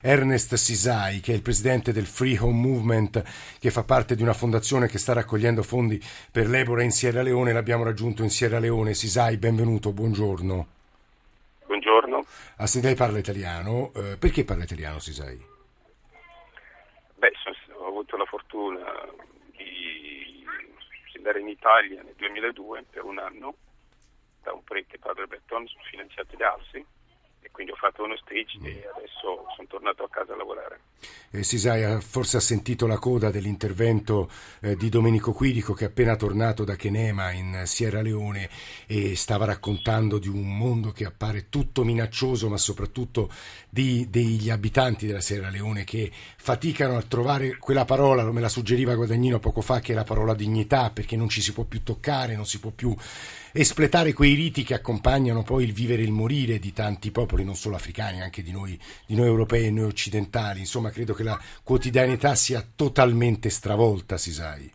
Ernest Sisai, che è il presidente del Free Home Movement, che fa parte di una fondazione che sta raccogliendo fondi per l'Ebola in Sierra Leone. L'abbiamo raggiunto in Sierra Leone. Sisai, benvenuto, buongiorno. Buongiorno. Ah, se lei parla italiano, perché parla italiano, Sisai? Ho avuto la fortuna di andare in Italia nel 2002 per un anno da un prete, padre Berton, finanziato da ALSI, e quindi ho fatto uno stage e adesso sono tornato a casa a lavorare. Sisai forse ha sentito la coda dell'intervento di Domenico Quirico, che è appena tornato da Kenema in Sierra Leone e stava raccontando di un mondo che appare tutto minaccioso, ma soprattutto degli abitanti della Sierra Leone che faticano a trovare quella parola, me la suggeriva Guadagnino poco fa, che è la parola dignità, perché non ci si può più toccare, non si può più espletare quei riti che accompagnano poi il vivere e il morire di tanti popoli, non solo africani, anche di noi europei e noi occidentali. Insomma, credo che la quotidianità sia totalmente stravolta, Sisai.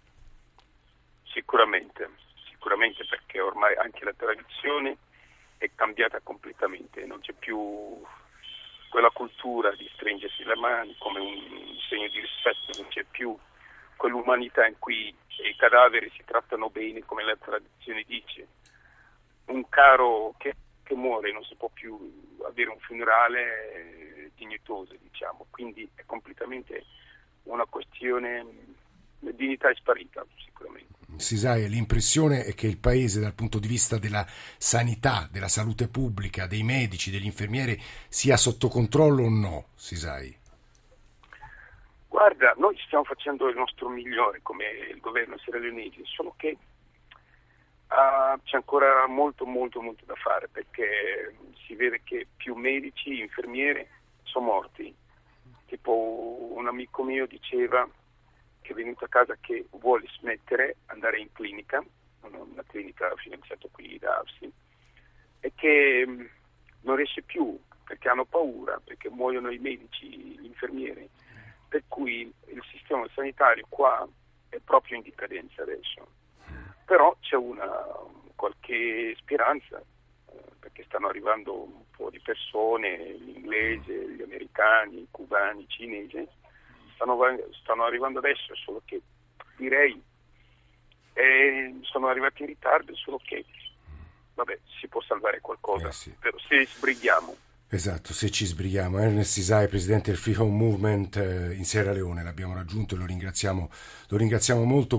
Sicuramente perché ormai anche la tradizione è cambiata completamente, non c'è più quella cultura di stringersi le mani come un segno di rispetto, non c'è più quell'umanità in cui i cadaveri si trattano bene come la tradizione dice. Un caro che muore non si può più avere un funerale dignitoso, diciamo, quindi è completamente una questione, la dignità è sparita sicuramente. Sisai, l'impressione è che il paese dal punto di vista della sanità, della salute pubblica, dei medici, degli infermieri sia sotto controllo o no, Sisai? Guarda, noi stiamo facendo il nostro migliore come il governo sierraleonese, solo che c'è ancora molto da fare, perché si vede che più medici, infermieri sono morti. Tipo un amico mio diceva che è venuto a casa che vuole smettere, andare in clinica, una clinica finanziata qui da AFSI, e che non riesce più perché hanno paura, perché muoiono i medici, gli infermieri, per cui il sistema sanitario qua è proprio in decadenza adesso. Però c'è qualche speranza, perché stanno arrivando un po' di persone, gli inglesi, gli americani, i cubani, i cinesi, stanno arrivando adesso, solo che direi sono arrivati in ritardo, solo che si può salvare qualcosa, Sì. però se sbrighiamo. Esatto, se ci sbrighiamo. Ernest Sisai, presidente del Free Home Movement in Sierra Leone, l'abbiamo raggiunto e lo ringraziamo molto.